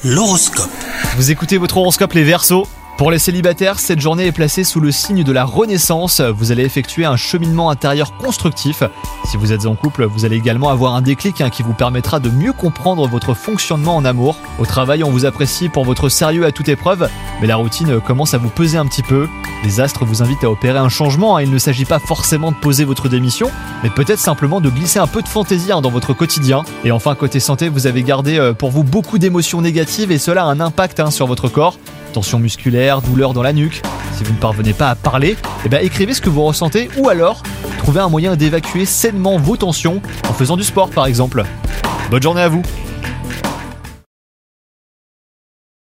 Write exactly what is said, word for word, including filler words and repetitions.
L'horoscope. Vous écoutez votre horoscope les Verseaux. Pour les célibataires, cette journée est placée sous le signe de la renaissance. Vous allez effectuer un cheminement intérieur constructif. Si vous êtes en couple, vous allez également avoir un déclic hein, qui vous permettra de mieux comprendre votre fonctionnement en amour. Au travail, on vous apprécie pour votre sérieux à toute épreuve, mais la routine commence à vous peser un petit peu. Les astres vous invitent à opérer un changement. Hein. Il ne s'agit pas forcément de poser votre démission, mais peut-être simplement de glisser un peu de fantaisie hein, dans votre quotidien. Et enfin, côté santé, vous avez gardé euh, pour vous beaucoup d'émotions négatives et cela a un impact hein, sur votre corps. Tension musculaire, douleur dans la nuque. Si vous ne parvenez pas à parler, eh ben écrivez ce que vous ressentez ou alors trouvez un moyen d'évacuer sainement vos tensions en faisant du sport par exemple. Bonne journée à vous!